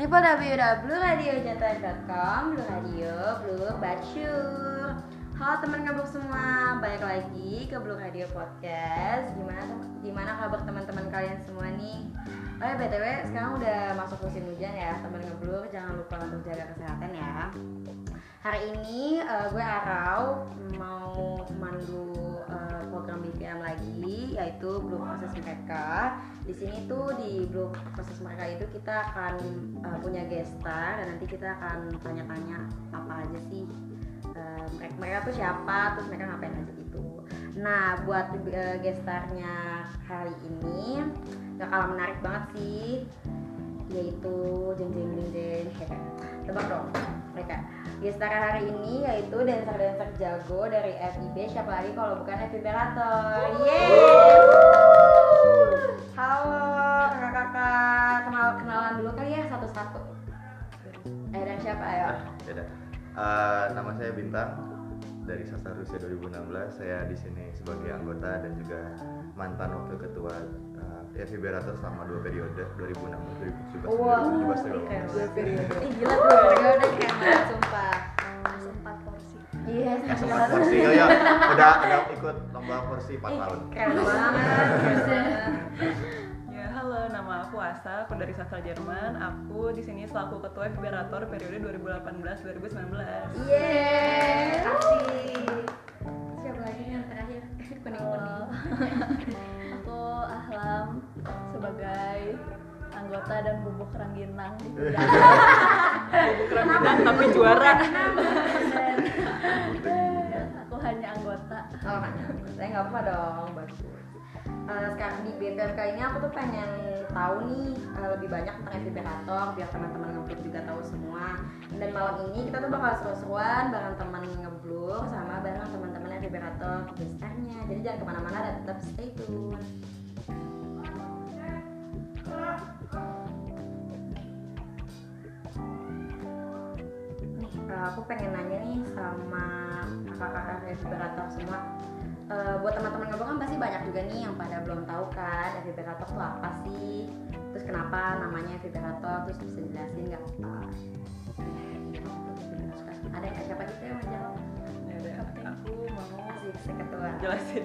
www.blueradio.com, Blue Radio, Blue Bacur. Halo teman ngeblok semua, balik lagi ke Blue Radio Podcast. Gimana kabar teman-teman kalian semua nih? Oh ya BTW, sekarang udah masuk musim hujan ya teman ngeblok, jangan lupa untuk jaga kesehatan ya. Hari ini gue Arau mau memandu program BPM lagi, yaitu Blue Proses Mereka. Di sini tuh di Blue Proses Mereka itu kita akan punya guest star dan nanti kita akan tanya-tanya apa aja sih mereka tuh siapa, terus mereka ngapain aja gitu. Nah buat guest starnya hari ini gak kalah menarik banget sih, yaitu jeng. Tebak dong mereka. Guest star hari ini yaitu dancer jago dari FIB, siapa lagi kalau bukan FIBerator. Yeay! Halo kakak-kakak, kenalan dulu kali ya satu-satu. Dan siapa ayo? Nama saya Bintang dari Sastra Rusia 2016. Saya di sini sebagai anggota dan juga mantan wakil ketua FIBerator selama 2 periode 2016-2017. Wow, 2 periode. Gila 2 periode keren banget sumpah. S4 porsi. Iya, S4 porsi. Oh ya, udah ikut lomba porsi 4 tahun. Keren banget. Ya, halo, nama aku Asa, aku dari Sastra Jerman. Aku di sini selaku ketua FIBerator periode 2018-2019. Yeay, asik. Siapa lagi nih yang terakhir? Kuning-kuning. Aku Ahlam sebagai anggota dan bubuk rangginang. Bubuk rangginang tapi juara. Aku hanya anggota. Oh kan, saya nggak apa dong, bagus. Sekarang di BPM kali ini aku tuh pengen tahu nih lebih banyak tentang FIBerator biar teman-teman ngeblur juga tahu semua. Dan malam ini kita tuh bakal seru-seruan bareng teman ngeblur sama bareng teman-teman FIBerator besarnya. Jadi jangan kemana-mana dan tetap stay tune. Aku pengen nanya nih sama kakak-kakak FIBerator semua. Buat teman-teman ngeblok kan pasti banyak juga nih yang pada belum tahu kan FIBerator tuh apa sih, terus kenapa namanya FIBerator, terus bisa dijelasin nggak? Ada yang siapa gitu yang mau jawab? Ya udah, aku mau Si ketua. jelasin.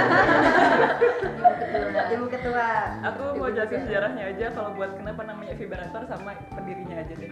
Ibu ketua. Aku mau jelasin sejarahnya aja kalau buat kenapa namanya FIBerator sama pendirinya aja deh.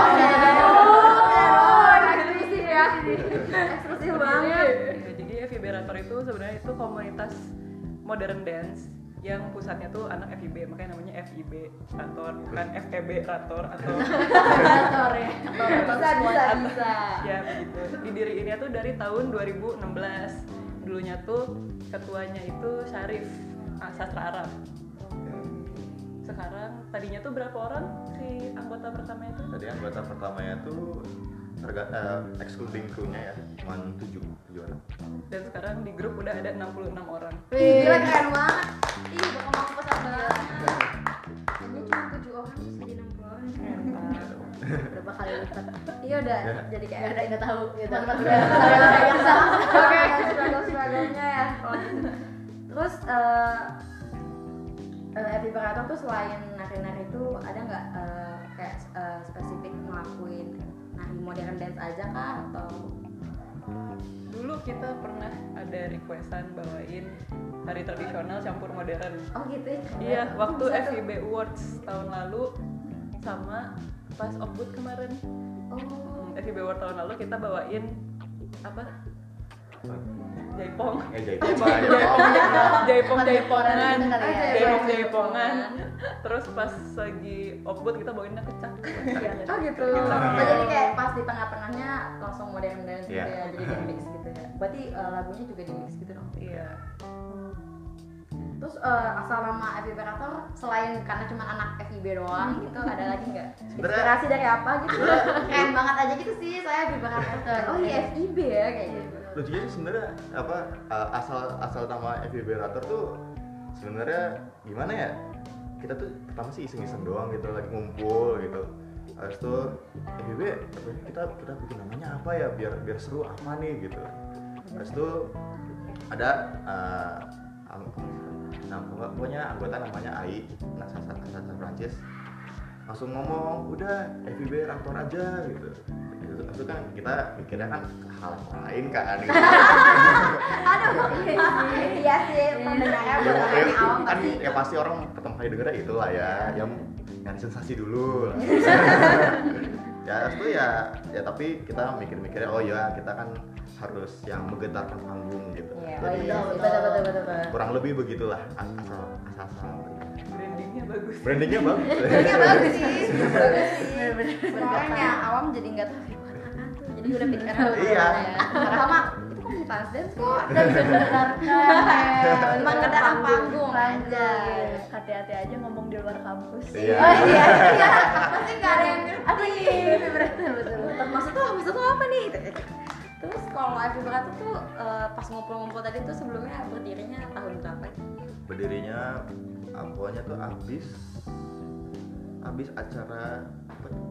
Eksklusif ya. Eksklusif banget. Ya, jadi FIBerator itu sebenarnya itu komunitas modern dance yang pusatnya tuh anak FIB, makanya namanya FIB Rator, bukan FEB Rator atau Operator ya. Bisa. ya begitu. Didiriinnya tuh dari tahun 2016. Dulunya tuh ketuanya itu Syarif sastra Arab. Sekarang tadinya tuh berapa orang si anggota pertamanya tuh? Tadi anggota pertamanya tuh excluding krunya ya, cuma 7 orang. Dan sekarang di grup udah ada 66 orang. Wih, gila keren banget. Ih, bakal pesat banget. Hanya cuma 7 orang terus jadi 60 orang. Keren banget. Berapa kali lipat? Iya udah jadi kayak ada yang tahu gitu. Oke, struggle-nya ya. Terus FIBerator tuh selain nari-nari itu ada nggak kayak spesifik ngelakuin nari modern dance aja kah atau? Dulu kita pernah ada requestan bawain tari tradisional campur modern. Oh gitu ya? Iya, waktu FIB Awards tahun lalu sama pas Obud kemarin. FIB Awards tahun lalu kita bawain apa? Jaipong. Jaipongan. Terus pas lagi Obud kita bawainnya kecak. Oh gitu. Jadi kayak pas di tengah-tengahnya langsung modern dance gitu ya, jadi di mix gitu ya. Berarti lagunya juga di mix gitu dong. Iya. Terus asal nama FIBerator selain karena cuma anak FIB doang gitu, ada lagi nggak? Inspirasi dari apa gitu? Keren banget aja gitu sih saya FIBerator. Oh iya FIB ya kayak gitu. Lucunya sebenarnya apa asal nama FIBerator tuh sebenarnya gimana ya? Kita tuh pertama sih iseng-iseng doang gitu, lagi ngumpul gitu. Habis itu FIB kita bikin namanya apa ya biar seru apa nih gitu. Habis itu ada pokoknya anggota namanya AI, Sastra Prancis. langsung ngomong udah FIB Raptor aja gitu. Itu kan kita mikirnya kan hal lain kan gitu. Aduh, iya sih, pendengarnya buat orang yang awam kan pasti. ya pasti orang pertama kali dengar itulah ya, yang nyari sensasi dulu. Ya itu ya tapi kita mikir-mikirnya oh ya kita kan harus yang menggetarkan panggung gitu. Iya, Jadi, betul. kurang lebih begitulah asal. Brandingnya bagus. Brandingnya bagus. Ini bagus sih, bagus sih. Bener-bener. Semua orang yang awam jadi nggak tahu buat apaan tuh. Jadi udah pikiran Iya. ya. Pertama itu komunitas dance kok. Dan sebenarnya Menggetarkan panggung aja. Hati-hati aja ngomong di luar kampus. Iya. Oh iya, pasti nggak ada yang ngerti. Betul. Maksud tuh apa nih? Terus kalau FIB Rator tuh pas ngumpul-ngumpul tadi tuh sebelumnya berdirinya tahun berapa? Berdirinya pokoknya tuh abis acara apa tuh?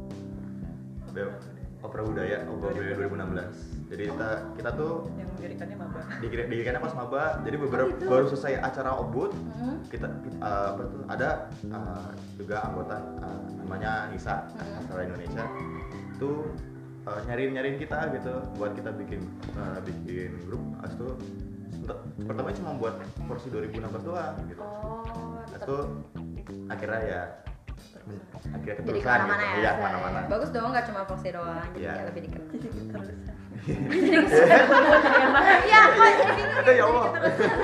Opera Budaya 2016. Jadi kita tuh Yang mendirikannya maba. didirikannya pas maba. Jadi baru selesai acara obut kita apa tuh ada juga anggota namanya Nisa asal Indonesia tuh nyariin kita gitu buat kita bikin grup. Habis itu pertama cuma buat versi 2016 doang gitu. Habis itu akhirnya Jadi keterusan kemana-mana gitu. ya? Iya, kemana-mana. Bagus dong, nggak cuma Foxy doang, jadi Iya. ya lebih dikenal. Jadi keterusan. Iya, kok jadi bingung Aduh, ya Allah.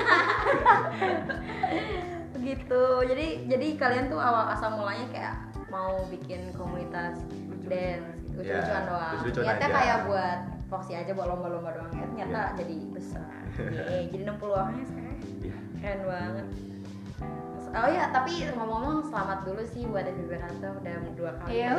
begitu. Jadi kalian tuh awal asal mulanya kayak mau bikin komunitas dance, lucu-lucuan Ya, doang. lucu-lucuan Niatnya aja. kayak buat Foxy aja, buat lomba-lomba doang. Ternyata jadi besar. Yeay, jadi 60 orangnya sekarang. Iya. Keren banget. Oh ya, tapi ngomong-ngomong selamat dulu sih buat FIB Rator udah 2 kali. Iya.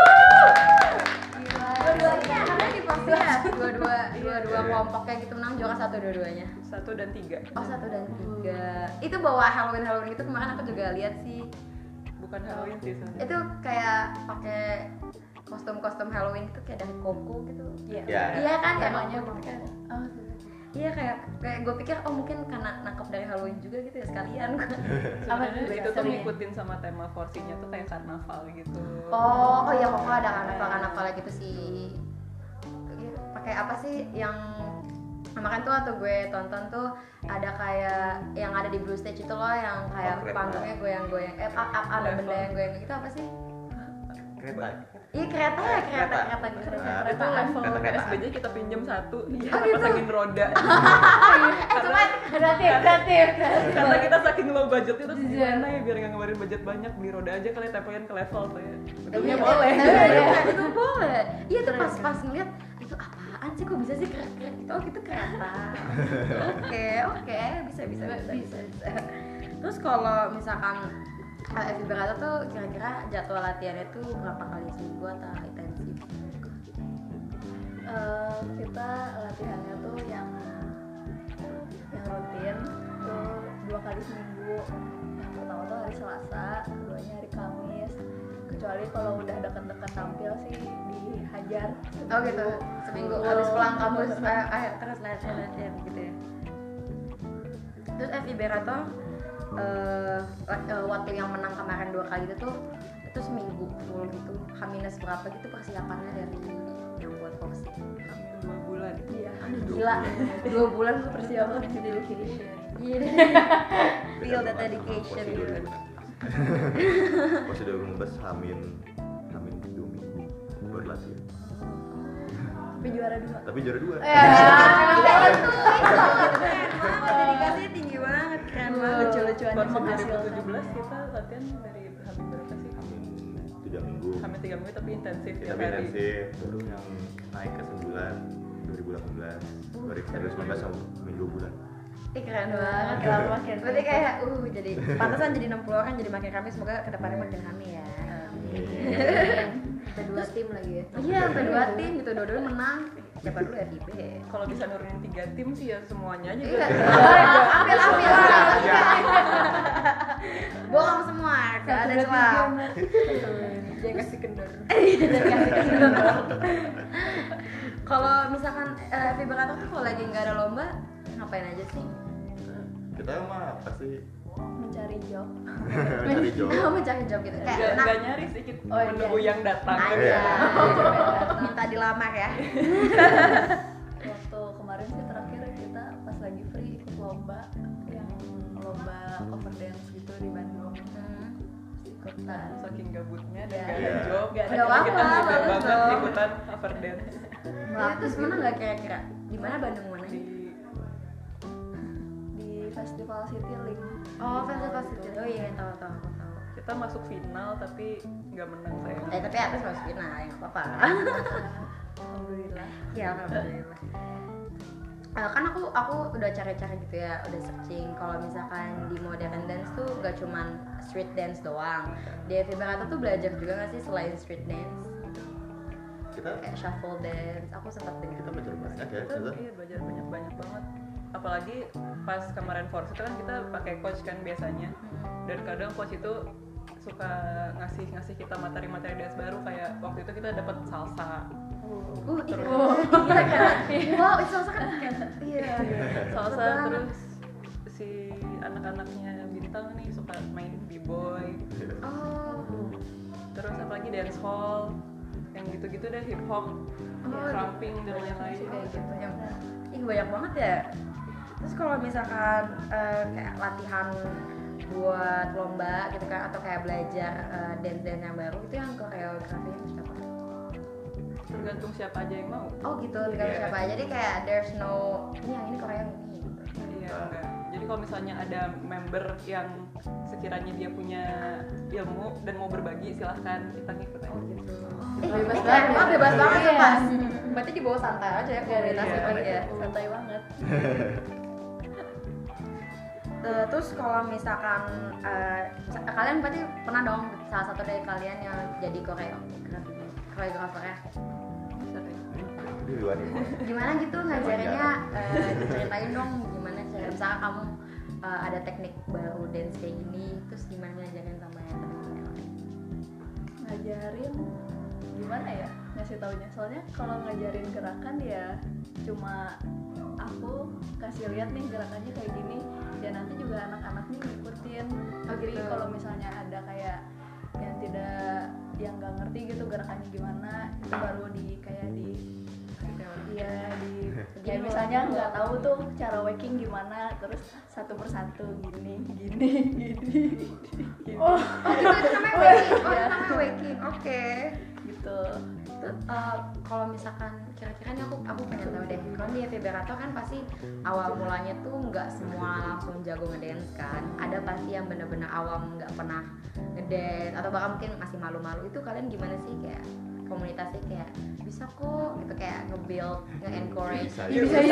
Dua-duanya karena di Foxy ya, dua kelompoknya gitu menang juara 1 dua-duanya. 1 dan 3. Oh 1 dan 3. Itu bawa Halloween gitu kemarin aku juga lihat sih. Bukan Halloween sih sebenarnya. Itu kayak pakai kostum Halloween gitu kayak dari Koko gitu. Iya. Ya. Iya kan kayak Namanya Koko Koko. kan. Oh, Iya kayak gue pikir oh mungkin karena nangkep dari Halloween juga gitu ya sekalian. Sebenarnya tuh itu tuh serunya? ngikutin sama tema Forsinya tuh kayak karnaval gitu. Oh iya Koko ada karnaval gitu sih. Pakai apa sih yang kemarin tuh atau gue tonton tuh ada kayak yang ada di Blue Stage itu loh yang kayak kereta. panggungnya goyang-goyang ada benda yang goyang gitu apa sih? Kereta. Iya kereta ya kereta. Itu level Kereta. PSBJ kita pinjam 1 Oh, kita gitu? pasangin roda. Cuman kreatif. Karena kita saking low budget itu gimana ya biar nggak ngeluarin budget banyak beli roda aja kali tempelin ke level tuh ya. Betulnya boleh. Itu boleh. Iya tuh pas ngeliat itu apaan sih kok bisa sih kereta gitu. Oh gitu kereta. Oke bisa. Terus kalau misalkan FIB Rator tuh kira-kira jadwal latihannya tuh berapa kali seminggu atau intensif? Kita latihannya tuh yang rutin tuh 2 kali seminggu. Yang pertama tuh hari Selasa, keduanya hari Kamis. Kecuali kalau udah deket-deket tampil sih dihajar. Oh gitu, seminggu habis pulang kampus terus latihan gitu ya. Terus FIB Rator waktu yang menang kemarin 2 kali itu seminggu full gitu. H- berapa gitu persiapannya dari yang buat Foxy? 2 bulan. Iya. Gila, 2 bulan tuh Persiapan persiapan. dedication. Iya. Feel that dedication gitu. Pas 2015 hamin 2 minggu buat latihan. Tapi juara 2. Tapi juara 2. Dedikasinya tinggi banget, keren banget. Lucu-lucuan Buat yang menghasilkan. 2017 kita latihan dari hamin berapa sih? Hamin 3 minggu. Hamin 3 minggu tapi intensif Kita tiap hari. intensif, baru yang naik ke 9 2018, 2019 sama hamin 2 bulan. Ih keren banget. Lama makin. Berarti kayak jadi pantesan jadi 60 orang jadi makin rame, semoga kedepannya makin rame ya. Sampai 2 tim lagi ya. Iya, sampai 2 tim gitu, dua-dua menang. Siapa dulu FIB? Kalau bisa nurunin 3 tim sih ya semuanya aja. Iya. udah. Ambil. Bohong semua, gak ada celah. Jangan kasih kendor. Kalau misalkan FIB Rator tuh kalau lagi nggak ada lomba ngapain aja sih? Kita mah pasti mencari job. Cari job. Mencari job gitu kayak Nggak nyari sih, kita Oh, iya. menunggu yang datang. aja Datang. minta dilamar ya. Waktu kemarin sih terakhir kita pas lagi free ikut lomba yang lomba cover dance gitu di Bandung. Ikutan. Saking gabutnya dan Iya. gak ada Iya. job, Nggak ada akhirnya apa-apa, kita mudah bagus banget dong. ikutan cover dance Ya, terus mana nggak kira-kira di mana Bandung mana? di Festival City Link. Oh, festival City. Oh iya, tahu aku tahu. kita masuk final tapi nggak menang sayang. Tapi atas masukin nah, ya nggak apa-apa. Alhamdulillah. Ya, alhamdulillah. Kan aku udah cari-cari gitu ya, udah searching kalau misalkan di modern dance tuh gak cuman street dance doang. Di FIB Rata tuh belajar juga gak sih selain street dance? Kita Kayak shuffle dance, aku sempat dengar. kita belajar banyak ya. Kita iya belajar banyak banget. Apalagi pas kemarin Force itu kan kita pakai coach kan biasanya. Dan kadang coach itu suka ngasih kita materi-materi dance baru, kayak waktu itu kita dapat salsa. Iya. Gila kan? Wow, itu salsa kan? Iya. Salsa Seru banget. terus si anak-anaknya Bintang nih suka main b-boy. Oh. Terus apalagi dance hall yang gitu-gitu deh, hip hop, cramping dan lain-lain. Kayak gitu yang banyak banget ya. Terus kalau misalkan kayak latihan buat lomba gitu kan atau kayak belajar dance yang baru itu yang koreografinya siapa? Tergantung siapa aja yang mau. Oh gitu, tergantung siapa aja. Jadi kayak there's no ini yang ini Korea yang ini gitu. Iya, enggak. Jadi kalau misalnya ada member yang sekiranya dia punya ilmu dan mau berbagi, silahkan kita ngikut aja. Gitu. Bebas Ini banget. keren bebas banget ya Iya. Mas. Berarti di bawah santai aja ya komunitas Iya. itu ya. Santai banget. Terus kalau misalkan kalian berarti pernah dong salah satu dari kalian yang jadi koreografernya. Di luar ini. Gimana gitu ngajarinnya? Ceritain dong gimana cara misalkan kamu ada teknik baru dance kayak gini, terus gimana ngajarin sama yang teman-teman lain? Ngajarin gimana ya ngasih taunya, soalnya kalau ngajarin gerakan ya cuma aku kasih lihat nih gerakannya kayak gini ya, nanti juga anak-anaknya ngikutin. Jadi gitu. kalau misalnya ada kayak yang nggak ngerti gitu gerakannya gimana, itu baru kayak misalnya nggak tahu tuh cara waking gimana, terus satu persatu gini. Oh itu namanya waking. Oh itu namanya waking. Oke. Gitu. Kalau misalkan kira-kira nih aku pengen tahu deh, kalau di FIB Rata kan pasti awal mulanya tuh nggak semua langsung jago ngedance kan, ada pasti yang bener-bener awam nggak pernah ngedance atau bahkan mungkin masih malu-malu. Itu kalian gimana sih kayak komunitasnya kayak bisa kok gitu, kayak nge-build, nge-encourage Bisa bisa yuk.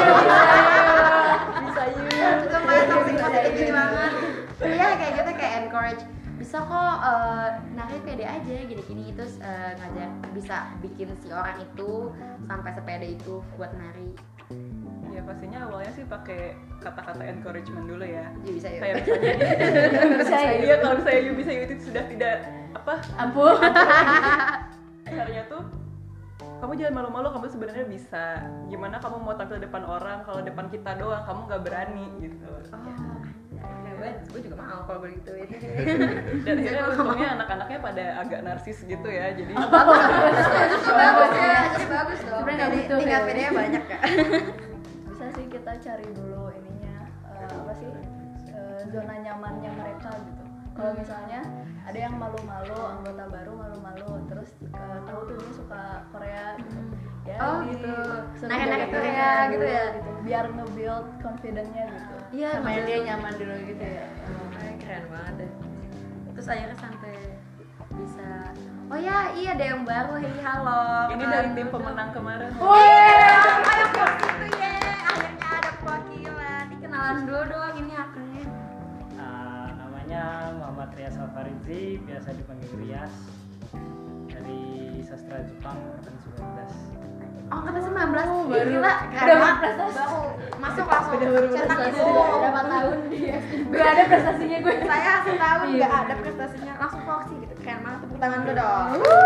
Bisa yuk. itu banget toxic positivity banget. Iya kayak gitu, kayak encourage bisa kok nari pede aja gini-gini, terus ngajak bisa bikin si orang itu sampai sepede itu buat nari. Ya pastinya awalnya sih pakai kata-kata encouragement dulu ya. Jadi bisa ya. Kayak misalnya Bisa yuk. iya, kalau misalnya you bisa itu sudah tidak apa, Ampun. caranya tuh kamu jangan malu-malu, kamu sebenarnya bisa. Gimana kamu mau tampil depan orang kalau depan kita doang kamu nggak berani gitu. Oh, hebat. Gue juga mau kalau begitu itu. Dan akhirnya untungnya anak-anaknya pada agak narsis gitu ya, jadi Bagus ya, jadi bagus dong. Sebenarnya nggak butuh Tingkat ya. pedenya banyak kak. Bisa sih kita cari dulu ininya apa sih zona nyamannya mereka gitu. Kalau misalnya ada yang malu-malu, anggota baru malu-malu, terus tahu tuh dia suka Korea gitu. Ya, Oh, di- gitu. suruh Nari-nari jaga Korea Korea gitu dulu ya? gitu. Biar nge-build confidence-nya gitu. Iya, Sama yang betul. dia nyaman dulu gitu ya. Keren banget deh. Terus akhirnya sampai bisa. Oh ya, iya ada yang baru. Hei halo. ini dari tim pemenang kemarin. Ayo kok itu ya. Akhirnya ada perwakilan. Kenalan dulu dong ini akunnya. Namanya Muhammad Rias Alfarizi, biasa dipanggil Rias, dari sastra Jepang angkatan 19. Oh, kata 19. Oh, Ih, baru. gila. Udah berprestasi. Baru masuk langsung. Baru Cetak berprestasi itu. berapa tahun dia. Gak ada prestasinya gue. Saya setahun Iya, nggak ada bener. prestasinya, langsung voksi gitu. Keren banget, tepuk tangan dulu dong.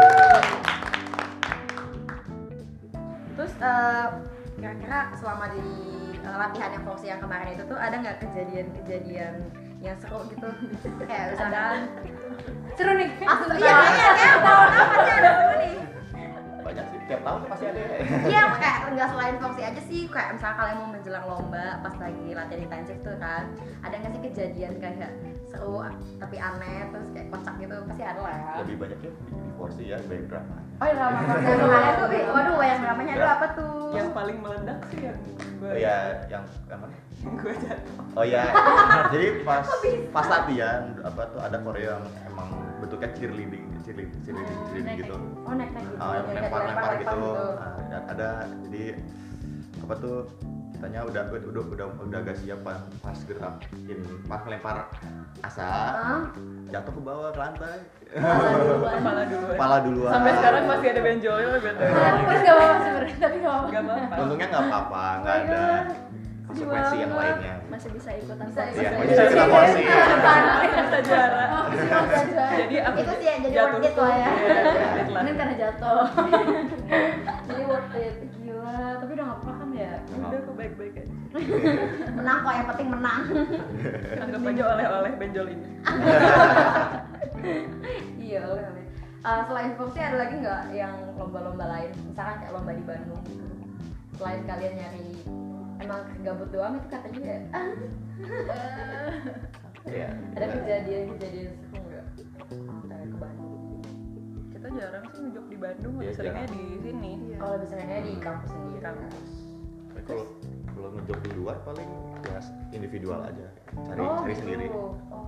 Terus kira-kira selama di latihan yang voksi yang kemarin itu tuh ada nggak kejadian-kejadian yang seru gitu. Kayak misalkan Seru nih. langsung iya tahun apa sih ada seru nih. Banyak sih, tiap tahun pasti ada. Iya kayak nggak selain Foxy aja sih, kayak misalnya kalian mau menjelang lomba pas lagi latihan intensif tuh kan, ada nggak sih kejadian kayak seru tapi aneh terus kayak kocak gitu, pasti ada lah ya. Lebih banyaknya di porsi ya, banyak drama. Oh iya drama yang dramanya tuh, waduh banyak dramanya, aduh apa tuh? Yang paling meledak sih yang gue Oh ya, yang mana? gue jatuh. Oh ya, jadi pas latihan apa tuh ada koreo yang emang bentuknya cheerleading gitu. Oh naik gitu. Yang Kayak lempar gitu. gitu. Nah, ada jadi apa tuh kitanya udah agak siap pas gerakin pas melempar asa jatuh ke bawah ke lantai. Kepala duluan. Sampai sekarang masih ada benjolnya gitu. Terus nggak apa-apa sebenarnya, tapi nggak apa-apa. Gak apa-apa. Untungnya nggak apa-apa, nggak ada konsekuensi yang lainnya. Masih bisa ikutan Bisa, porsi. Iya, bisa. masih bisa porsi. Bisa juara. Jadi aku Itu sih yang jadi jatuh worth it lah ya. tuh, worth it lah. Mungkin karena jatuh. Jadi worth it, gila. Tapi udah nggak apa-apa kan ya? Udah kok baik-baik aja. Menang kok, yang penting menang. Anggap aja oleh-oleh benjol ini. Iya oleh. Selain Foxy ada lagi nggak yang lomba-lomba lain? Misalkan kayak lomba di Bandung gitu. Selain kalian nyari emang gabut doang itu katanya ya. Iya. Ada kejadian seru nggak? Kayak ke Bandung. Kita jarang sih ngejok di Bandung, Iya, lebih seringnya jarang. di sini. Kalau misalnya di kampus Di sendiri. kampus. Tapi kalau ngejok di luar paling ya individual aja, cari gitu. sendiri. Oh.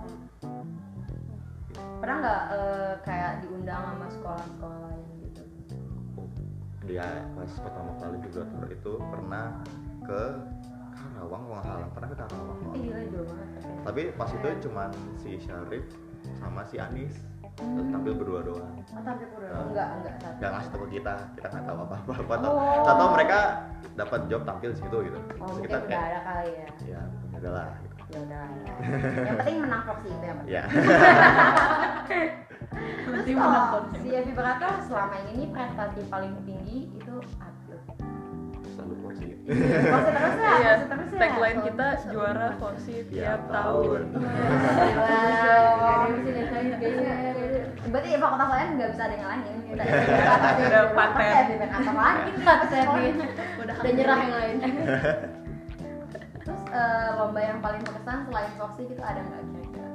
Pernah nggak kayak diundang sama sekolah-sekolah lain gitu? Dia pas pertama kali juga tour itu pernah ke Karawang, pernah ke Karawang. Gila jauh banget. Tapi pas itu cuman si Syarif sama si Anis tampil berdua doang. Oh tapi udah enggak satu. Gak ngasih tau ke kita nggak tahu apa-apa. Oh. Tahu mereka dapat job tampil di situ gitu. Oh Terus mungkin kita udah ada kali ya. ya udah lah. Gitu. Ya udah lah ya. Yang penting menang Foxy itu yang penting. Ya. Terus kalau si Evi Berator selama ini prestasi paling tinggi itu apa tuh? Selalu porsi. Foxy terus ya? Iya, Foxy terus ya? tagline kita juara Foxy tiap tahun. Berarti fakultas lain nggak bisa ada yang lain. Udah paten. Apa lagi nih? Udah nyerah yang lain. Terus lomba yang paling berkesan selain Foxy gitu ada nggak kira-kira?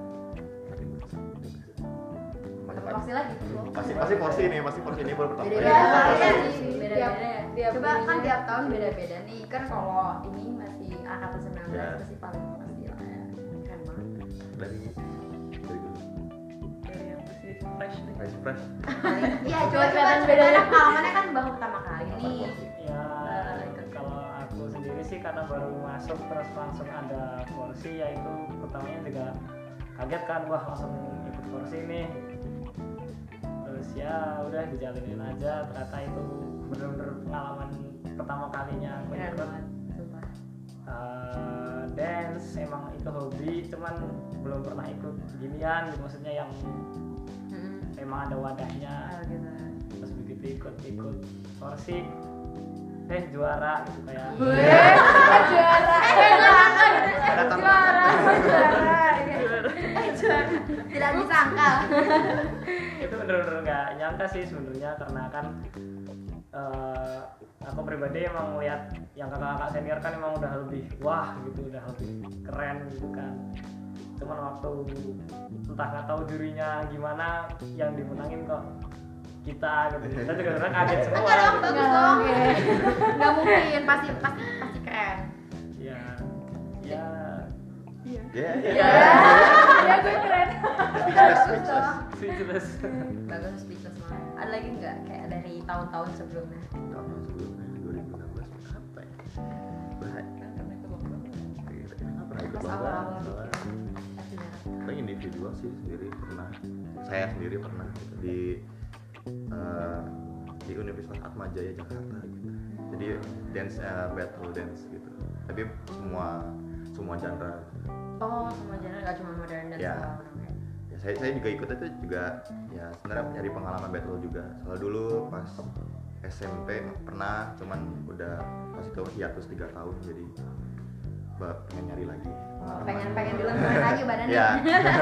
Atau Foxy lagi? Pasti porsi ini baru pertama kali. Beda-beda ya. Tiap Coba kan ininya. tiap tahun beda-beda nih. Kan kalau ini masih angkatan 19 Ya. pasti paling pasti lah ya. Keren banget. Dari dulu. Dari yang masih fresh nih. Fresh. Iya, Coba coba kelihatan beda bedanya. pengalamannya kan baru pertama kali nih. Ya kalau aku sendiri sih karena baru masuk terus langsung ada porsi, yaitu pertamanya juga kaget kan, wah langsung ikut porsi nih. Terus ya udah dijalinin aja, ternyata itu bener-bener pengalaman pertama kalinya aku Keren ikut. banget, sumpah. Dance emang itu hobi, cuman belum pernah ikut ginian gitu, maksudnya yang emang ada wadahnya. Gitu. Terus begitu ikut porsi juara gitu kayak Tidak disangka. itu bener-bener nggak nyangka sih sebenarnya, karena kan aku pribadi emang lihat yang kakak-kakak senior kan emang udah lebih wah gitu, udah lebih keren gitu kan. Cuman waktu entah nggak tahu dirinya gimana yang dimenangin kok kita gitu. Kita juga sebenarnya kaget semua. Enggak dong, Gitu. bagus dong. Enggak mungkin, pasti keren. Ya Ya. Ya gue keren. Bagus dong. speechless. Bagus speechless banget. Ada lagi nggak kayak dari tahun-tahun sebelumnya? Tahun sebelumnya 2016 apa ya? Karena itu lomba. Kita nggak pernah ikut Pas lomba. awal-awal Soalnya Evi Berator. paling individual sih sendiri pernah. Saya sendiri pernah gitu, di Universitas Atmajaya Jakarta gitu. Jadi dance battle dance gitu. Tapi semua genre. Oh, semua genre nggak cuma modern dan Ya. semua. Ya, saya juga ikutnya tuh juga ya sebenarnya nyari pengalaman battle juga. Soalnya dulu pas SMP pernah, cuman udah pas itu hiatus 3 tahun, jadi pengen nyari lagi. pengen dilenturin lagi badannya. Iya.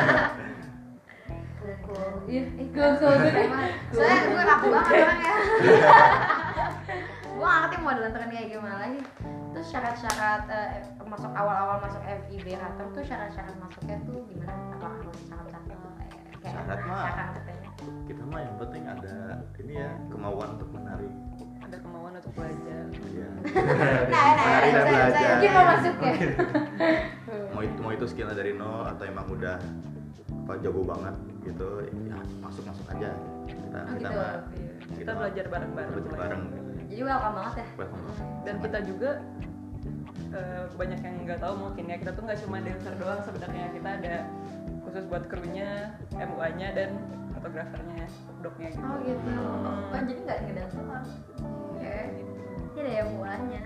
Iya, cool. Soalnya gue kaku banget orangnya. Gue gak ngerti mau dilenturin kayak gimana lagi. Terus syarat-syarat masuk awal-awal masuk FIBerator tuh syarat-syarat masuknya tuh gimana? Apakah harus syarat kayak Syarat mah katanya? kita mah yang penting ada ini ya, kemauan untuk menari. Ada kemauan untuk belajar. Iya. Menari dan belajar. Mungkin mau masuk ya? mau itu skillnya dari nol atau emang udah jago banget gitu, ya masuk aja. Kita gitu. mah Iya. Kita belajar bareng-bareng. belajar bareng. Jadi welcome banget ya. Welcome. Dan kita juga banyak yang nggak tahu mungkin ya, kita tuh nggak cuma dancer doang sebenarnya, kita ada khusus buat krunya, MUA-nya dan fotografernya, doknya gitu. Oh gitu. Oh jadi nggak ngedance doang. Oke. Ini ada yang buahnya.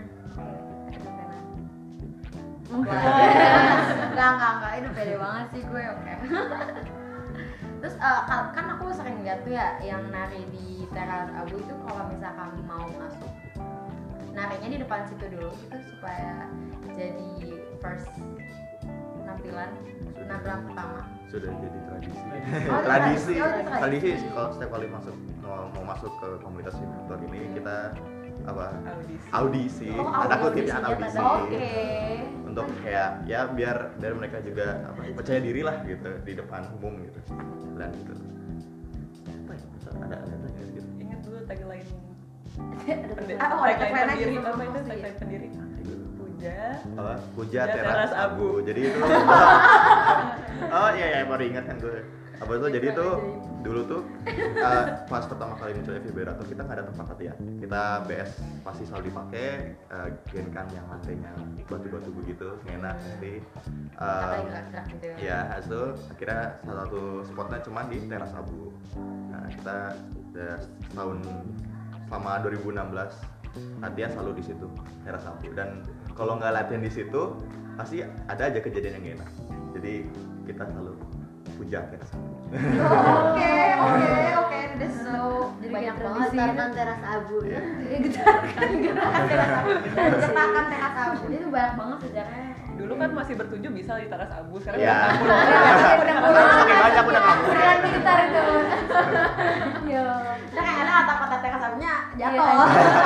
Enggak, itu pede banget sih gue, oke. Terus kan aku sering lihat tuh ya yang nari di teras abu itu kalau misalkan mau masuk narinya di depan situ dulu gitu supaya jadi first penampilan pertama. Sudah jadi tradisi. Oh, tradisi. oh, itu Tradisi sih kalau setiap kali mau masuk ke komunitas instruktur ini kita audisi. Oh, Ada audisi. kutipnya audisi. Oke. Untuk kayak ya biar mereka juga percaya diri lah gitu di depan umum gitu. Dan gitu. Apa ya? Ada gitu. Ingat dulu tagline Ada tagline lagi pendiri, sebelum apa itu masuk ya? tagline pendiri? Puja Puja Puja teras teras abu. abu. Jadi itu oh iya baru ingat kan gue. Apa itu jadi tuh dulu tuh pas pertama kali muncul FIBerator kita nggak ada tempat latihan. Kita BS pasti selalu dipakai genkan yang lantainya batu-batu begitu, enak nanti. Gitu ya. Ya, itu akhirnya salah satu spotnya cuma di teras abu. Nah kita udah setahun selama 2016 latihan selalu di situ teras abu, dan kalau nggak latihan di situ pasti ada aja kejadian yang gak enak. Jadi kita selalu puja teras abu. Oke, udah so Jadi banyak kayak banget tradisi gerakan ya. teras abu ya. Gerakan teras abu. Gerakan teras abu itu banyak banget sejarahnya. Dulu kan masih bertujuh bisa di teras abu, sekarang Ya. udah kabur. Makin banyak udah kamu. Keren pintar itu. Yo. Udah kayak ada otak-otak teras abunya jatuh.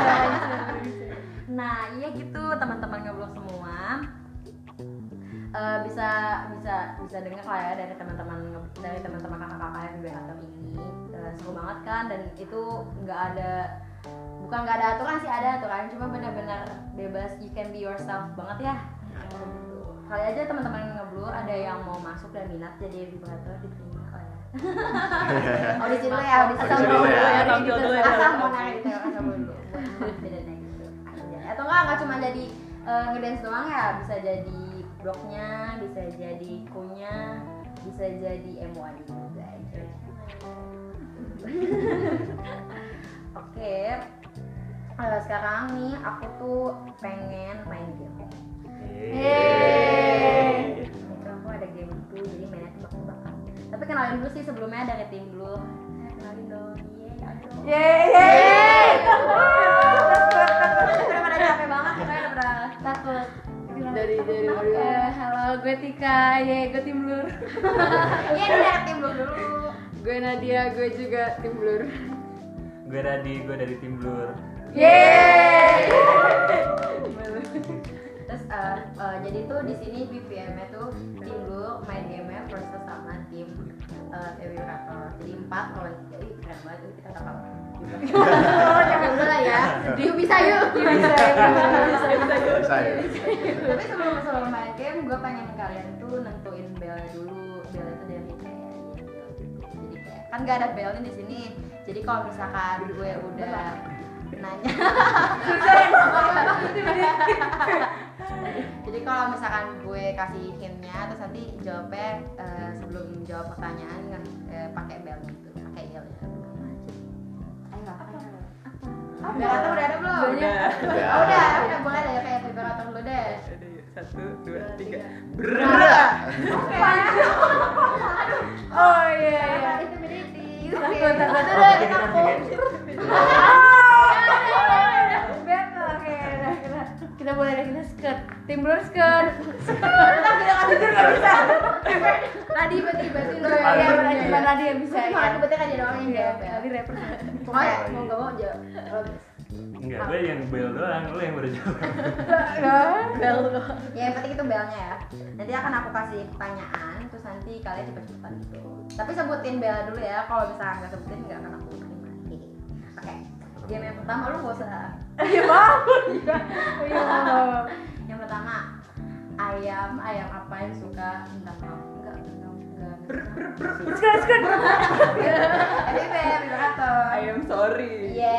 Nah, iya gitu teman-teman ngeblog semua. Bisa dengar lah ya dari teman-teman kakak-kakak FIBerator ini. Seru banget kan, dan itu nggak ada aturan sih, ada aturan, cuma benar-benar bebas, you can be yourself banget ya. Kali aja teman-teman ngeblur ada yang mau masuk dan minat jadi FIBerator, diterima kok ya. Audisi dulu ya, Audisi dulu ya. Tampil dulu ya. asal mau nari gitu, asal dulu buat bedanya gitu aja. Atau nggak cuma jadi ngedance doang ya, bisa jadi blognya, bisa jadi krunya, bisa jadi MUA juga aja. Oke, sekarang nih aku tuh pengen main game. Yeay. Itu aku ada game itu, jadi mainnya tebak-tebakan. Tapi kenalin dulu sih sebelumnya dari tim dulu. Kenalin dong. Yeay. Udah pada capek banget, udah pada takut. dari Halo, gue Tika, gue tim Blur. Iya, ini dari tim Blur dulu. gue Nadia, gue juga tim Blur. Gue Radi, gue dari tim Blur. Yeay. Terus jadi tuh di sini BPM-nya tuh tim Blur main game-nya versus sama tim FIBerator. Jadi 4 kalau 3, keren banget tuh kita bakal capek dulu lah ya. Yuk bisa. Tapi sebelum main game, gue pengen kalian tuh nentuin bell dulu. Bell itu dari kayak gitu. Jadi kayak kan gak ada bellnya di sini. Jadi kalau misalkan gue udah nanya, jadi kalau misalkan gue kasih hintnya, terus nanti jawabnya sebelum jawab pertanyaan pakai bell gitu, pakai yell ya. Ayo apa? Vibrator udah ada belum? Udah boleh deh kayak vibrator dulu deh. 1, 2, 3. Berat. Oh iya. Itu berarti. Kita boleh kita skirt. Tim Blur skirt. Kita kasih nggak bisa. Tadi berarti lo Tadi. ya cuma tadi yang bisa Cuma ya. tadi berarti kan dia doang yang Iya, jawab ya. tadi rapper. Pokoknya mau nggak mau jawab. Enggak, gue yang bel doang, lu yang baru jawab. Bel lo. Ya yang penting itu belnya ya. Nanti akan aku kasih pertanyaan, terus nanti kalian cepet-cepetan gitu. Tapi sebutin bel dulu ya. Kalau misalnya nggak sebutin nggak akan aku terima. Oke. Game yang pertama lu nggak usah. Iya banget. Iya. Yang pertama ayam apa yang suka minta maaf? Enggak. Skr. Ini Beb, moderator. I am sorry.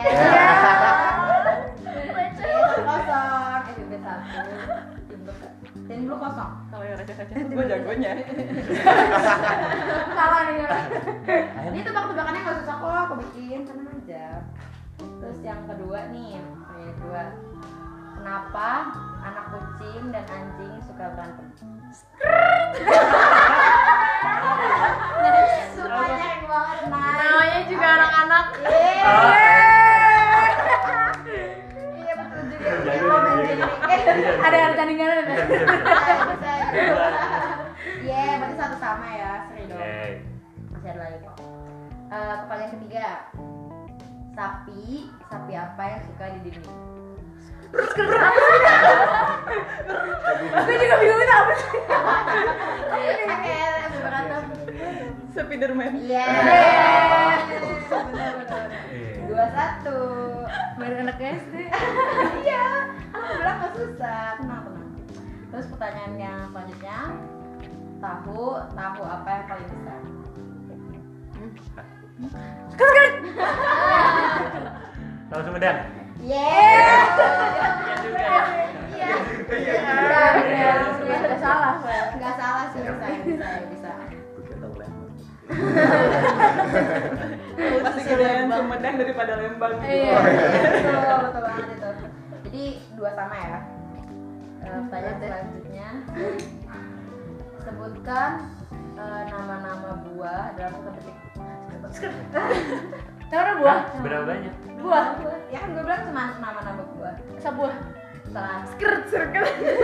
Kosong. FB 1. Tim lu kosong. Kalau yang receh-receh tuh gue jagonya. Salah nih. Ini tebak-tebakannya nggak susah kok, aku bikin tenang aja. Terus yang kedua nih, yang kedua. Kenapa anak kucing dan anjing suka berantem? Semuanya keren banget, Namanya juga anak-anak. Iya betul juga. Ada tandingan ada. Iya, berarti satu sama ya, seri dong. Oke. Masih ada lagi kok. Pertanyaan ketiga, sapi apa yang suka di dinding? Aku juga bingung itu apa sih. Oke, berantem. Spiderman. Iya. Benar. 2-1. Baru anak SD. Iya, aku bilang gak susah. Tenang. Terus pertanyaan yang selanjutnya, tahu apa yang paling besar? Tahu Sumedang? Iya juga ya. Iya. Nggak salah. Nggak salah sih, bisa. Pasti kalian Sumedang daripada Lembang. Iya. Betul banget itu. Jadi 2 sama ya. Pertanyaan selanjutnya, sebutkan nama-nama buah dalam kepetik. Nama buah. Berapa banyak? Buah. Ya kan gue bilang cuma nama-nama buah. Sebuah. Salah. Circle.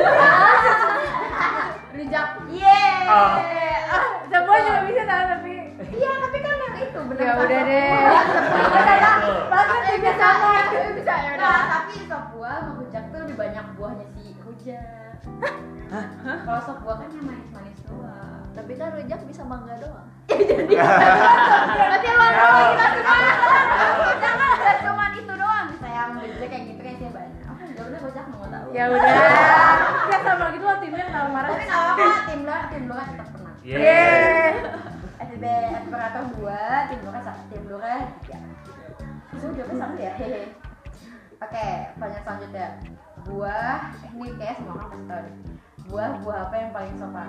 Rujak. Yeay. Oh. Sebuah juga bisa tahu tapi. Iya, tapi kan yang itu benar. Ya udah deh. Bahkan juga sama. Bisa ya udah. Nah, tapi sop buah sama rujak tuh lebih banyak buahnya si rujak. Hah? Kalau sop buah kan yang manis-manis doang. Tapi kan rujak bisa mangga doang. Berarti lo kita semua. Jangan nggak cuma itu doang. Bisa yang rujak kayak gitu kan sih banyak. Ya udah rujak mau tahu. Ya udah. Ya sama gitu lah timnya kenapa marah. Tapi nggak apa-apa, tim lo kan tetap menang. Yeay. SB operator 2, tim lo kan 3. Itu jawabnya sama ya. Oke, pertanyaan selanjutnya. Buah, ini kayak semua orang pasti tahu deh. Buah apa yang paling sopan?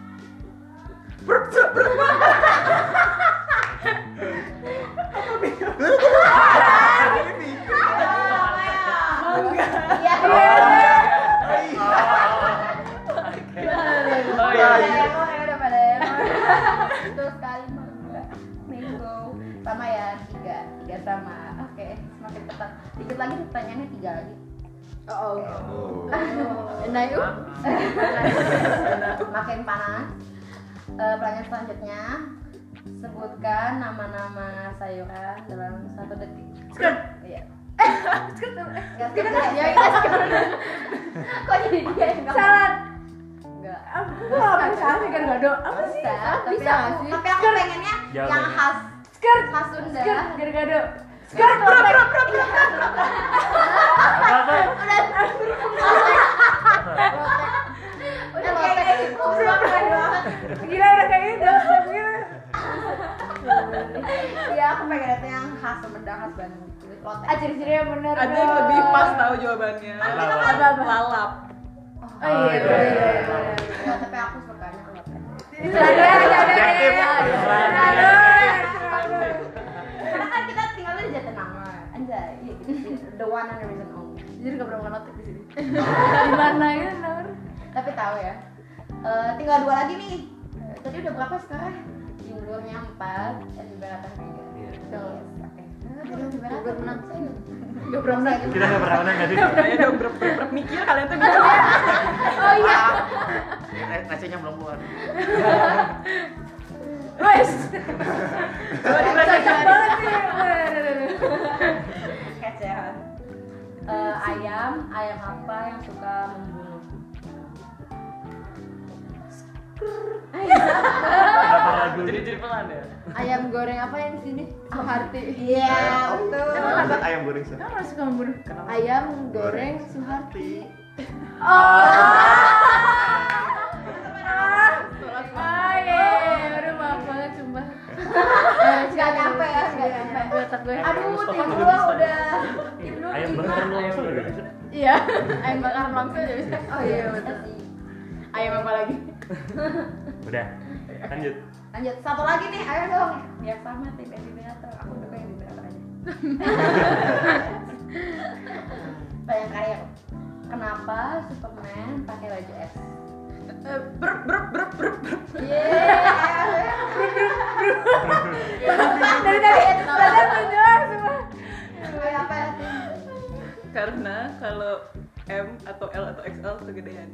Mangga. Iya. Oh iya. Udah pada ya. Betul sekali mangga. Mango. Sama ya, 3 sama. Oke, semakin ketat. Dikit lagi pertanyaannya 3 lagi. Oh. Nah yuk. Makin panas. Pertanyaan selanjutnya, sebutkan nama-nama sayuran dalam 1 detik. Iya. Nggak skip ya? Kok jadi dia yang nggak? Salad. Enggak. Aku nggak bisa sih kan gado. Apa sih? Bisa nggak sih? Tapi aku pengennya Jawab yang aja. khas Skirt. Sunda. Skirt. Gado. Apa apa? Udah kayak gitu. Gila udah kayak gitu. Iya, aku pengen itu yang khas Sumedang, khas Bandung. Lotek. Ciri-ciri yang benar. Ada yang lebih pas tahu jawabannya. Apa? Lalap. Oh iya. Ya, tapi aku sukanya lotek. Objektif. Karena kan kita tinggalnya di Jatinangor. Anjay, iya gitu sih. The one and the reason only. Jadi nggak pernah notek di sini. Di mana gitu Nur? Tapi tahu ya. Tinggal 2 lagi nih. Tadi udah berapa sekarang? Jumlahnya 4, Liberator 3. Iya. Tuh. Oke. Liberator menang. Gak pernah menang. Kita nggak pernah menang nggak sih? Ayo dong, berap mikir kalian tuh bisa. Oh iya. nasinya belum keluar. Wes. Cocok banget nih. Kecehan. Ayam apa yang suka membunuh? Berapa lagu? Jadi pelan ya. Ayam goreng apa yang di sini? Suharti. Iya, betul. Kenapa ayam goreng sih? Kamu suka membunuh? Ayam goreng Suharti. Aduh, maaf banget sumpah. Gak nyampe ya, gak nyampe. Otak gue. Aduh, tim gua udah. Ayam bakar langsung ya. Iya, ayam bakar langsung aja bisa. Oh iya betul. Ayam apa lagi? Udah, lanjut. Lanjut, satu lagi nih, ayo dong. Biar sama tim Evibrator. Aku suka yang Evibrator aja. Banyak karya. Kenapa Superman pakai baju S? Dari menjelas semua. Kayak apa ya? Karena kalau M atau L atau XL kegedean.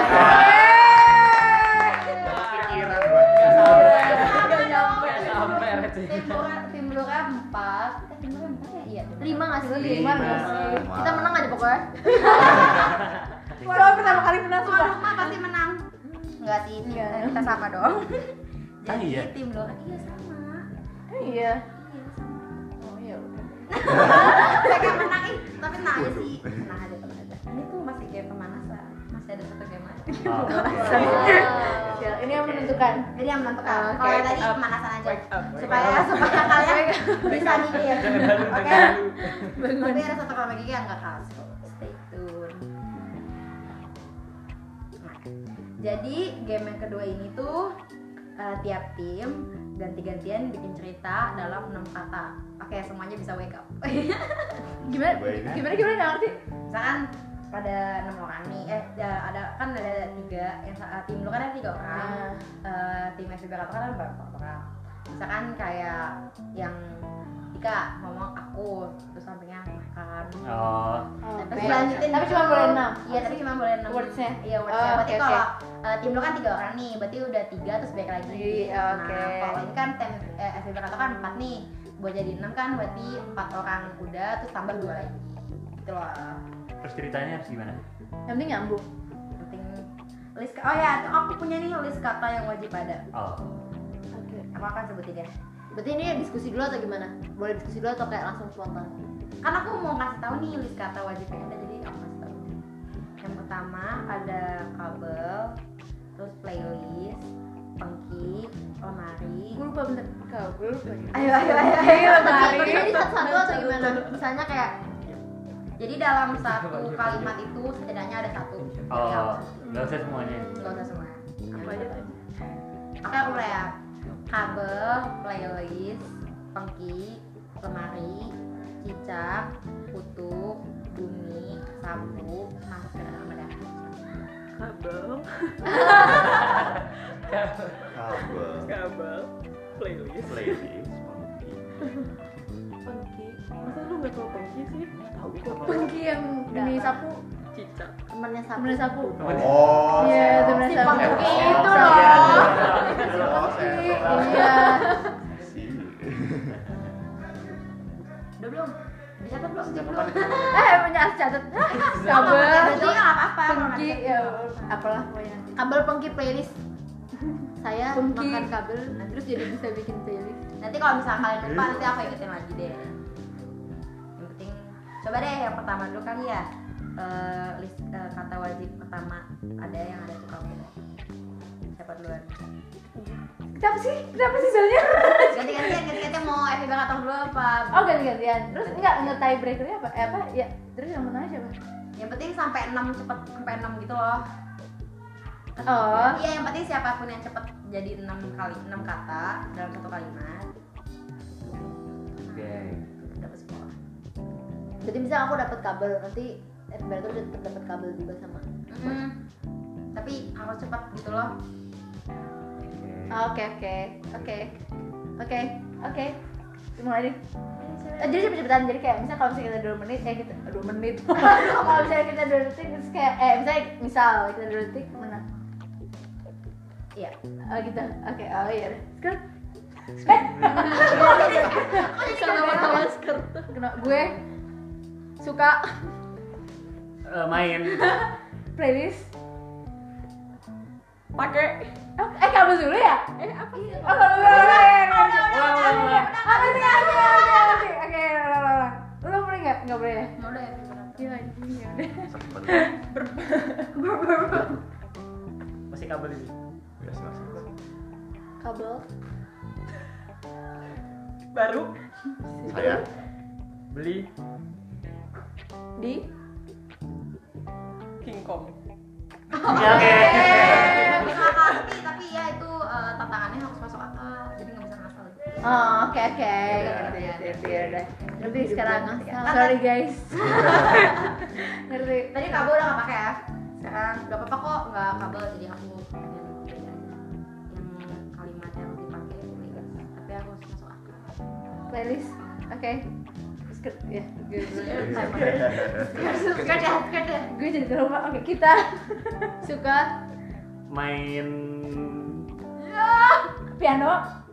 Pikiran Gak nyampe. Sampai Tim Blora 4. Tim Blora 4 ya? Iya. 5 nggak sih? 5 nggak sih? Wah. Kita menang aja pokoknya. Soalnya pertama kali menang semua rumah pasti menang. Enggak sih, kita sama dong. Jadi iya? tim Blora iya sama. Iya. Iya sama. Oh iya udah. Mereka menang tapi tenang aja sih. Tenang aja, tenang aja. Ini tuh masih game pemanasan. Masih ada satu game lagi. Ya, ini yang menentukan. Jadi yang menentukan. Oke, Kalau yang tadi wake up. pemanasan aja. Wake up. Supaya kalian bisa mikir. Jangan halu, Oke. jangan halu. Tapi ada satu kalau lagi yang enggak kalah. Stay tune. Nah, jadi game yang kedua ini tuh tiap tim ganti-gantian bikin cerita dalam 6 kata. Oke, semuanya bisa wake up. Gimana? Cobain. Gimana nggak ngerti? Misalkan pada 6 orang nih, ada kan ada 3 yang tim lu kan ada 3 orang. Tim Evibrator kan ada berapa orang? Misalkan kayak yang Ika ngomong aku, terus sampingnya makan. Oh, Terus lanjutin Tapi gitu. cuma boleh 6. Iya, tapi cuma boleh 6 Words-nya? Iya, words-nya. Oh, Berarti oke, kalau tim lu kan 3 orang nih, berarti udah 3 terus balik lagi. Iya, oke. Nah, kalau ini kan tim Evibrator kan 4 nih. Buat jadi 6 kan berarti 4 orang udah terus tambah 2 lagi. Gitu loh. terus ceritanya harus gimana? Yang penting nyambung. Penting list oh ya, aku punya nih list kata yang wajib ada. Oh, Oke. Aku akan sebutin ya. Berarti ini diskusi dulu atau gimana? Boleh diskusi dulu atau kayak langsung spontan? Kan aku mau kasih tahu nih list kata wajib yang ada, jadi aku kasih tahu. Yang pertama ada kabel, terus playlist, pengki, lemari. Gue lupa bener. Kabel lupa. Ayo. Lemari. Jadi satu-satu atau gimana? Misalnya kayak Jadi dalam satu kalimat itu setidaknya ada satu. oh, nggak usah semuanya. Gak usah semua. Apa aja tuh? Oke, aku mulai ya. Kabel, playlist, pengki, lemari, cicak, kutu, bumi, sapu, masker, bedah. Kabel, Kabel, playlist. playlist, Pengki. Masa lu nggak tahu pengki sih? Tahu kok. Pengki yang ini sapu, Cicak. Temennya sapu. temennya sapu. Oh, Iya, temennya Si sapu. pengki Oh, itu iya. loh. Oh, saya- Iya. Si. Udah belum? Bisa kan belum? Belum. Punya catat. Berarti Kabel, nggak apa-apa. pengki, ya apalah pokoknya. Kabel, pengki, playlist. Saya Pengki. makan kabel. Nah, terus jadi bisa bikin playlist. Nanti kalau misalnya kalian lupa nanti aku ingetin lagi deh. Yang penting coba deh yang pertama dulu kali ya. List kata wajib pertama ada yang ada tuh kamu. Siapa duluan? Kenapa sih sebenarnya? Ganti-gantian mau Evibrator dulu apa? Oh ganti-gantian. Terus enggak tie breakernya apa? Apa? Ya, terus yang menang siapa? Yang penting sampai 6 cepet sampai 6 gitu loh. Oh. Iya, yang penting siapapun yang cepet jadi 6 kata dalam satu kalimat Oke. dapat skor. Jadi misal aku dapat kabel, nanti Evibrator tetap dapat kabel juga sama. Tapi harus cepat gitu loh. Oke. Mulai deh. Jadi cepet-cepetan, jadi kayak misal kalau misalnya kita 2 menit, kita 2 menit. Kalau misalnya kita 2 detik, terus kayak misalnya kita 2 detik menang. Iya. Oh gitu. Oke. Oh iya. Skirt. Sama-sama skirt. Gue suka Main playlist. Pakai Kamu dulu ya? Apa sih? Oh, Oke. Lu boleh nggak? Nggak boleh ya? Mau deh. Iya, anjing ya udah. masih kabel ini. Biasa. Kabel. baru Saya Beli Di. King Kong. Ya, oke. Nggak ngerti, tapi ya itu tantangannya harus masuk akal, jadi nggak bisa ngasal. Oh, oke. Ngerti ya udah. Ngerti sekarang. Sorry guys. Ngerti. Tadi kabel udah nggak pakai ya. Sekarang nggak apa-apa kok, nggak kabel, jadi aku yang kalimat yang dipakai ini guys. Tapi harus masuk akal. Playlist. Oke. Skirt ya. Skirt ya. Gue jadi trauma. Oke, kita suka Main piano.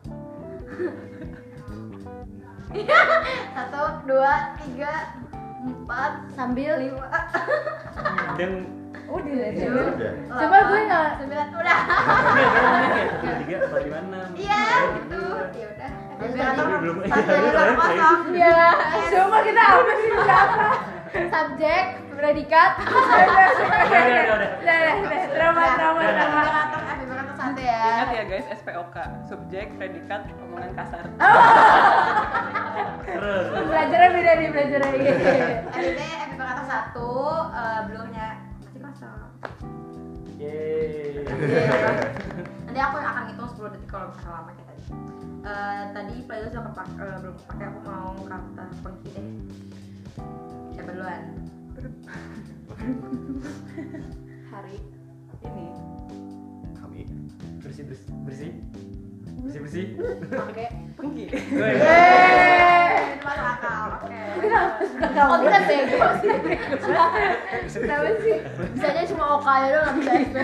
1, 2, 3, 4, Sambil 5, dan udah. udah. Coba gue nggak. 9, udah. tiga apa gimana? Iya, gitu. Ya udah. Belum. Ya, coba kita apa sih siapa? Subjek, predikat. Udah. Trauma. Efek satu ya. Ingat ya guys, SPOK, subjek, predikat, omongan kasar. Terus. Belajarnya beda nih, belajarnya. FB kata 1, belumnya masih kosong. Yeay. Nanti aku yang akan ngitung 10 detik kalau misalnya lama kayak tadi. Tadi playlist belum pakai, aku mau kata kunci deh. Siapa duluan? Hari. Ini Kami bersih. Pakai. pergi. Itu masuk akal. Oke. Oh, kita bego sih. Kenapa sih? Bisanya cuma OK ya doang, nggak bisa SP.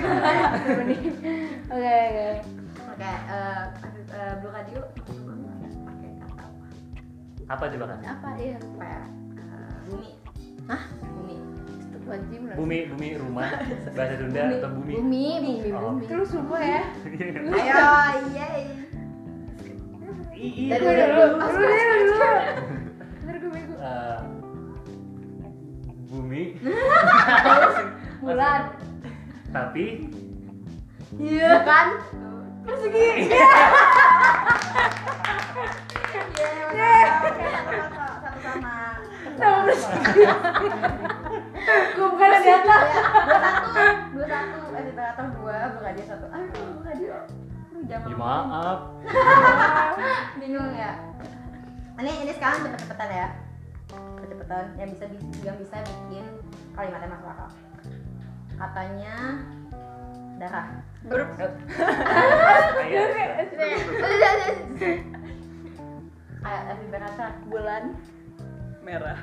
Oke. Oke, Blue Radio pakai kata Apa coba kan? Apa ya? apa ya? Bumi. Hah? Bumi. Astagfirullahaladzim. Bumi rumah bahasa Sunda atau bumi? Bumi. Oh. Terus semua ya. Ayo, yeay. Dari gue dulu. Ntar gue bego. Bumi Bulan. tapi Iya kan? Persegi. Satu sama. Sama persegi. Gue bukan di atas. 21 editator 2, Blue Radio 1. Aduh, Blue Radio. Jangan ya maaf. bingung ya. Ini sekarang cepet-cepetan ya. Cepet-cepetan yang bisa bikin kalimatnya masuk akal. Katanya darah. Ayo, lebih berasa. Bulan. Merah.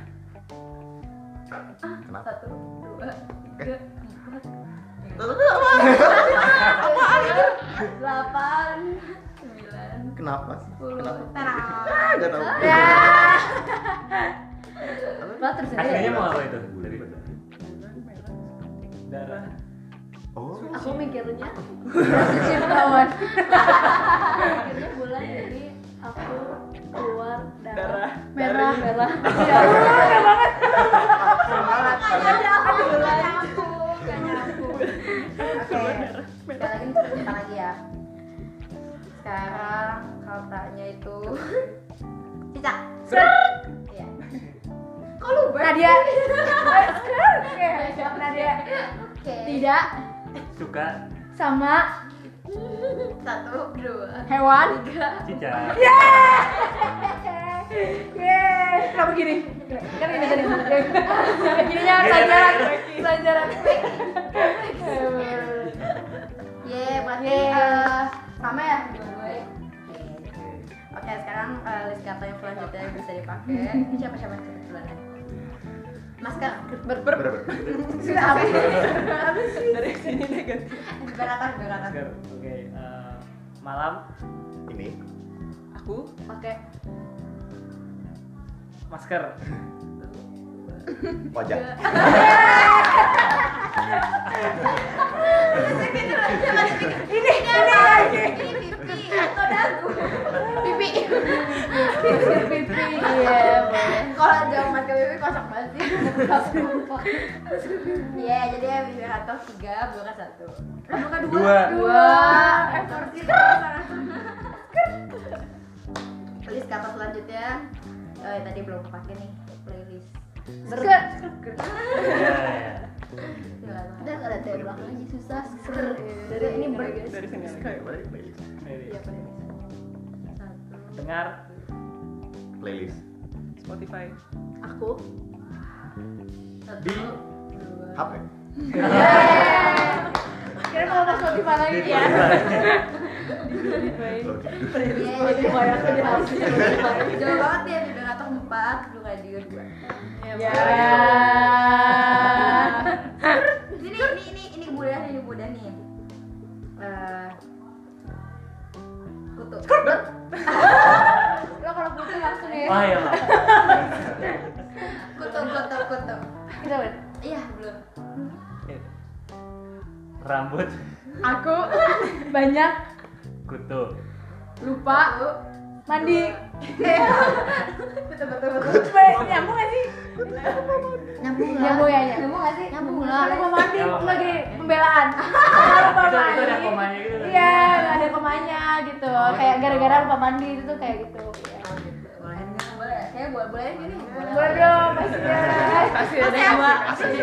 Kenapa? 1, 2, 3, 4, 8, 9, Kenapa sih? 10. Kenapa? Tenang. Gak tahu. Lah terus Aslinya mau apa itu? Darah. Oh. aku mikirnya cintawan. Mikirnya bulan jadi aku keluar darah merah. Ya udah banget. Oke, sekali lagi cerita lagi ya. Sekarang katanya itu cicak. Iya. Kok lu Nadia. Nadia. Oke. Tidak Suka sama 1, 2, hewan. 3. cicak. Kenapa gini? Kan gini tadi. Gininya pelajaran. Berarti sama ya dua-dua ya. Oke, sekarang list kata yang selanjutnya yang bisa dipakai. Siapa cepet duluan ya? Masker. Sudah Apa sih? Dari sini negatif. Beratas. Masker. Oke. Malam ini Aku Pakai masker. wajah. ini pipi atau dagu. Pipi. Iya, boleh. Kalau jauh masker pipi kosong banget sih. Iya, jadi ya vibrator 3, buka 1. Buka 2. List kata selanjutnya. Tadi belum pakai nih playlist. Udah ada dari belakang aja susah. Dari ini dari sini lagi. Dengar Playlist. Spotify. Aku di HP. kira kalau mau Spotify lagi ya. Spotify aku di house. Jauh banget ya, vibrator 4, Blue Radio 2. Ya. Ini mudah nih. Kutu. Lo kalau kutu langsung ya. wah ya Pak. Kutu. Kita lihat. Iya, belum. Rambut Aku banyak kutu. lupa mandi. Betul. Nyambung gak sih? Nyambung Nyambung ya. Nyambung nggak sih? Nyambung lah. Lupa mandi Nyambung. lagi pembelaan. Lupa Itu mandi. ada komanya gitu. Iya, ada komanya gitu. Kayak gara-gara lupa mandi itu tuh kayak gitu. Iya. Boleh nggak? Boleh. Saya boleh gini. Boleh dong, pasti ya. Pasti ada yang dua.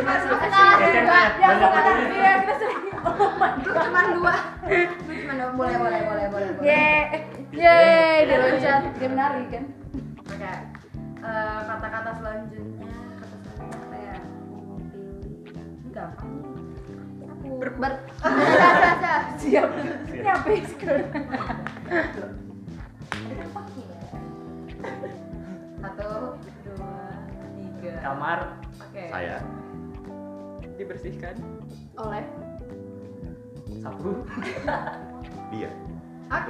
Iya, kita sering ngomong. Cuma 2. Boleh. Yeay, dia loncat. Dia menari kan. Oke. Kata-kata selanjutnya apa ya? Ini gampang. Siap. Ini apa ya sekarang? Satu, 2, 3. Kamar Oke. Saya. Dibersihkan. Oleh. sapu. Dia. Oke.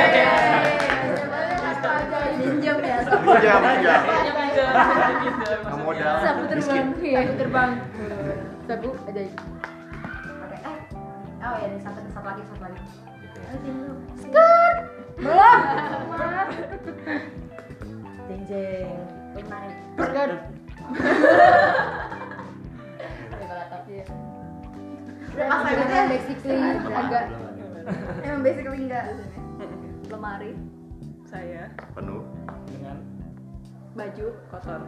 Minjem ya. Pinjam. Pinjam. Nggak modal. Sapu terbang. Iya. Sapu terbang. Sapu ajaib. Oke. Oh ya, satu lagi. Ayo tim lu. Belum. Jeng. Kemarin. Burger. Iya. Apa gitu ya? Basically Belum agak ada. Emang basically enggak. lemari, Saya Penuh. Dengan baju. kotor.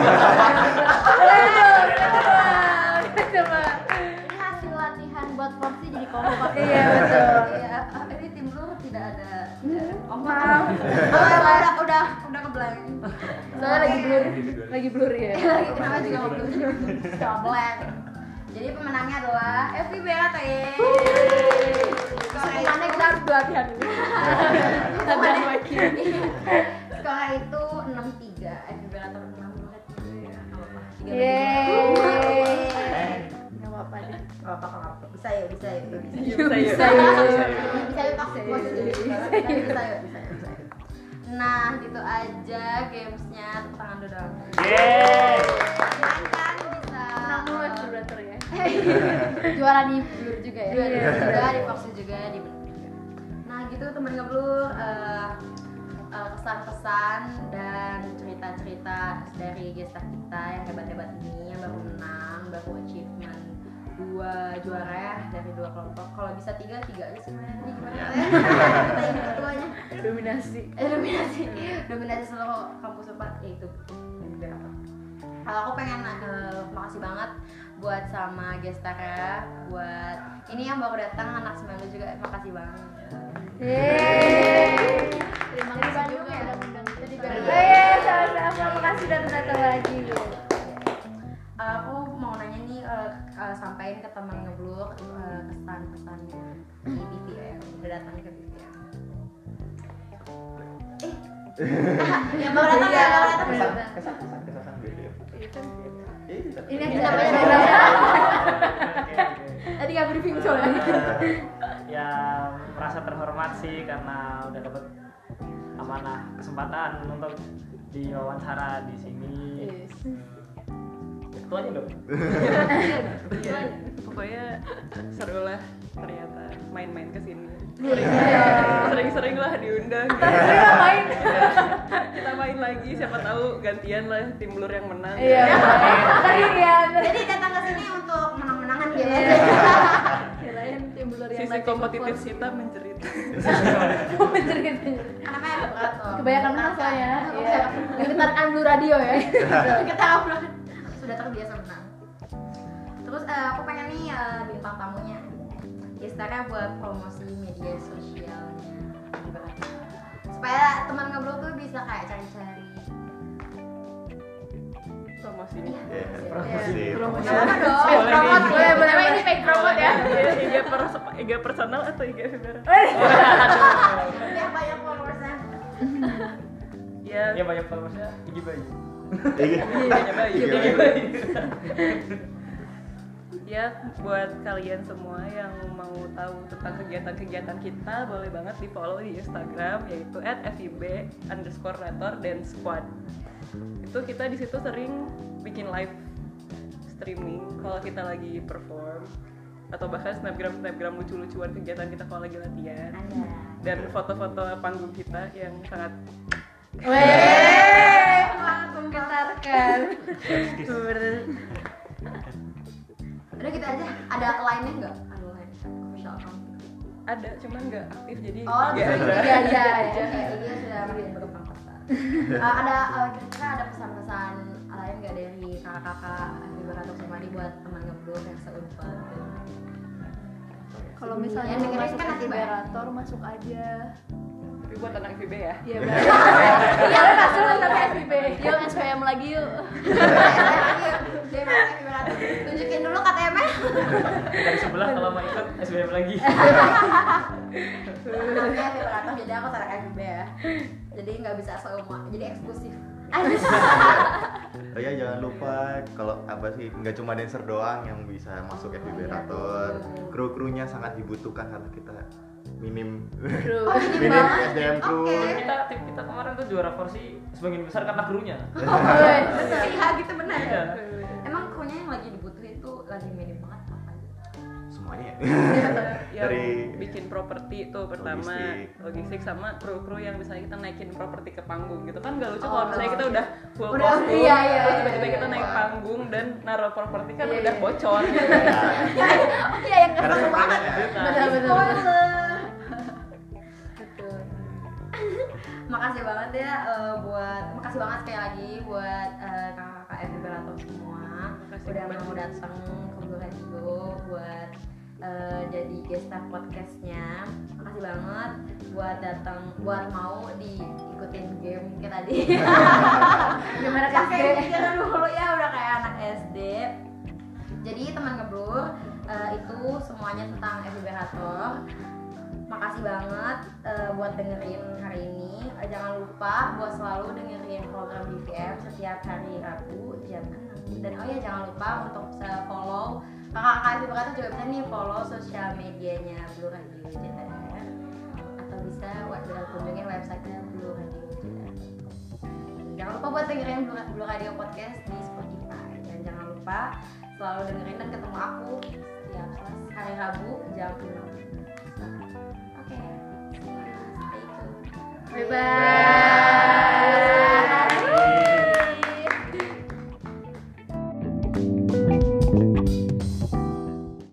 Coba. Ini hasil latihan buat porsi jadi kompak. Iya betul. Iya, ini tim lu tidak ada. Maaf. Udah kebelang. Soalnya lagi blur ya. Lagi kenapa juga kebelang. Jadi pemenangnya adalah Evi Beata ya. Sebenarnya kita harus latihan dulu. Latihan lagi. Skor itu 6-3. Evi Beata 6-3 ya. Enggak apa-apa. Yeay. Enggak apa-apa deh. Enggak apa-apa. Bisa yuk. Bisa yuk. Bisa yuk toxic positif. Bisa yuk. Nah, gitu aja gamesnya, tepuk tangan dulu dong. yeay. Silakan bisa Menang mulu vibrator ya. Juara di blur juga ya. juga di Foxy juga di Nah gitu teman ngeblur kesan-kesan dan cerita-cerita dari gestar kita yang hebat-hebat ini yang baru menang, baru achievement 2 juara ya dari 2 kelompok. Kalau bisa 3 aja sebenarnya. Ini gimana ya? Kita ingin ketuanya. Dominasi seluruh kampus 4 itu. Kalau aku pengen makasih banget buat sama gestarnya, buat ini yang baru datang anak 9 juga, makasih banget. Yeay. Terima kasih juga udah undang kita di Bandung. Sama-sama. Makasih udah datang lagi. Aku mau nanya nih, sampaikan ke teman ngeblur kesan-pesannya di BTM, udah datang ke BTM. Yang baru datang ya, Kesan gitu ya. kan? Ini yang kita banyak belajar. Tadi nggak briefing soalnya. Ya merasa terhormat sih karena udah dapat amanah kesempatan untuk diwawancara di sini. Itu aja dong. Iya, pokoknya seru lah ternyata main-main ke sini. Sering-sering lah diundang. Kita main. Kita main lagi, siapa tahu gantian lah tim Blur yang menang. Iya. Tadi ya. Jadi datang ke sini untuk menang-menangan gitu. Kirain tim Blur yang Sisi kompetitif kita menjerit. menjerit. Kenapa ya beratur? Kebanyakan menang soalnya. Iya. Getarkan Blue Radio ya. Kita upload. Sudah terbiasa menang. Terus aku pengen nih bintang tamunya. Gestarnya buat promosi media sosialnya. Supaya teman ngobrol tuh bisa kayak cari-cari. Promosi nih. Promosi. Apa dong? Boleh nih. Promote. Boleh ini fake promote ya. IG personal atau IG efemera? Biar banyak followersnya. Ya, Ya banyak followersnya IG Bayu. IG Bayu. IG Bayu. Ya, buat kalian semua yang mau tahu tentang kegiatan-kegiatan kita, boleh banget di follow di Instagram, yaitu @fib_rator dan squad. Itu kita di situ sering bikin live streaming kalau kita lagi perform, atau bahkan snapgram lucu-lucuan kegiatan kita kalau lagi latihan, dan foto-foto panggung kita yang sangat Menggetarkan. Udah gitu aja. Ada line-nya nggak? Ada line official account. ada, cuman nggak aktif jadi Oh, IG bisa aja. Iya aja. Iya sudah makin berkembang pesat. Ada kira-kira ada pesan-pesan lain nggak dari kakak-kakak di Beratur Sumadi buat teman ngeblog yang seunpad? Kalau misalnya Yang mau dengerin masuk kan nanti Vibrator masuk aja. Tapi buat anak FIB ya. Iya benar. Iya masuk ke FIB. Yuk SPM lagi yuk. Dia bilang di Beratur. Tunjukin dulu KTM-nya. Dari sebelah kalau mau ikut SBM lagi. Namanya di Beratur, jadi aku tarik FIB ya. Jadi nggak bisa semua, jadi eksklusif. Oh ya, jangan lupa kalau apa sih, nggak cuma dancer doang yang bisa masuk FIB Rator. Kru-krunya sangat dibutuhkan karena kita minim Oh, ini minim banget. SDM kru. Oke. Tim kita kemarin tuh juara Forsi sebagian besar karena krunya. Bener, iya gitu benar. Iya. Emang krunya yang lagi dibutuhin itu lagi minim banget apa? Semuanya ya. Yang Dari bikin properti tuh pertama logistik sama kru-kru yang misalnya kita naikin properti ke panggung gitu kan nggak lucu kalau misalnya kita udah full Udah, kostum iya, iya, terus iya, tiba-tiba iya. kita naik panggung dan naruh properti kan Iya, udah iya. bocor gitu. Iya yang karena kesel banget. Benar. Makasih banget ya makasih banget sekali lagi buat kakak-kakak FIB Rator semua. Makasih Udah banget. mau datang ke Blue Radio buat jadi guest star podcastnya. Makasih banget buat datang, buat mau diikutin game kayak tadi. Gimana Pakai SD? pikiran dulu ya udah kayak anak SD. Jadi teman ngeblur itu semuanya tentang FIB Rator. Makasih banget buat dengerin hari ini. Jangan lupa buat selalu dengerin program BVM setiap hari Rabu jam 6. Dan oh ya jangan lupa untuk follow kakak-kakak FIB Rator juga bisa nih follow sosial medianya Blue Radio JTR, atau bisa kunjungin websitenya Blue Radio JTR. Jangan lupa buat dengerin Blue Radio Podcast di Spotify. Dan jangan lupa selalu dengerin dan ketemu aku setiap hari Rabu jam 6. Oke. Stay tuned. Bye bye.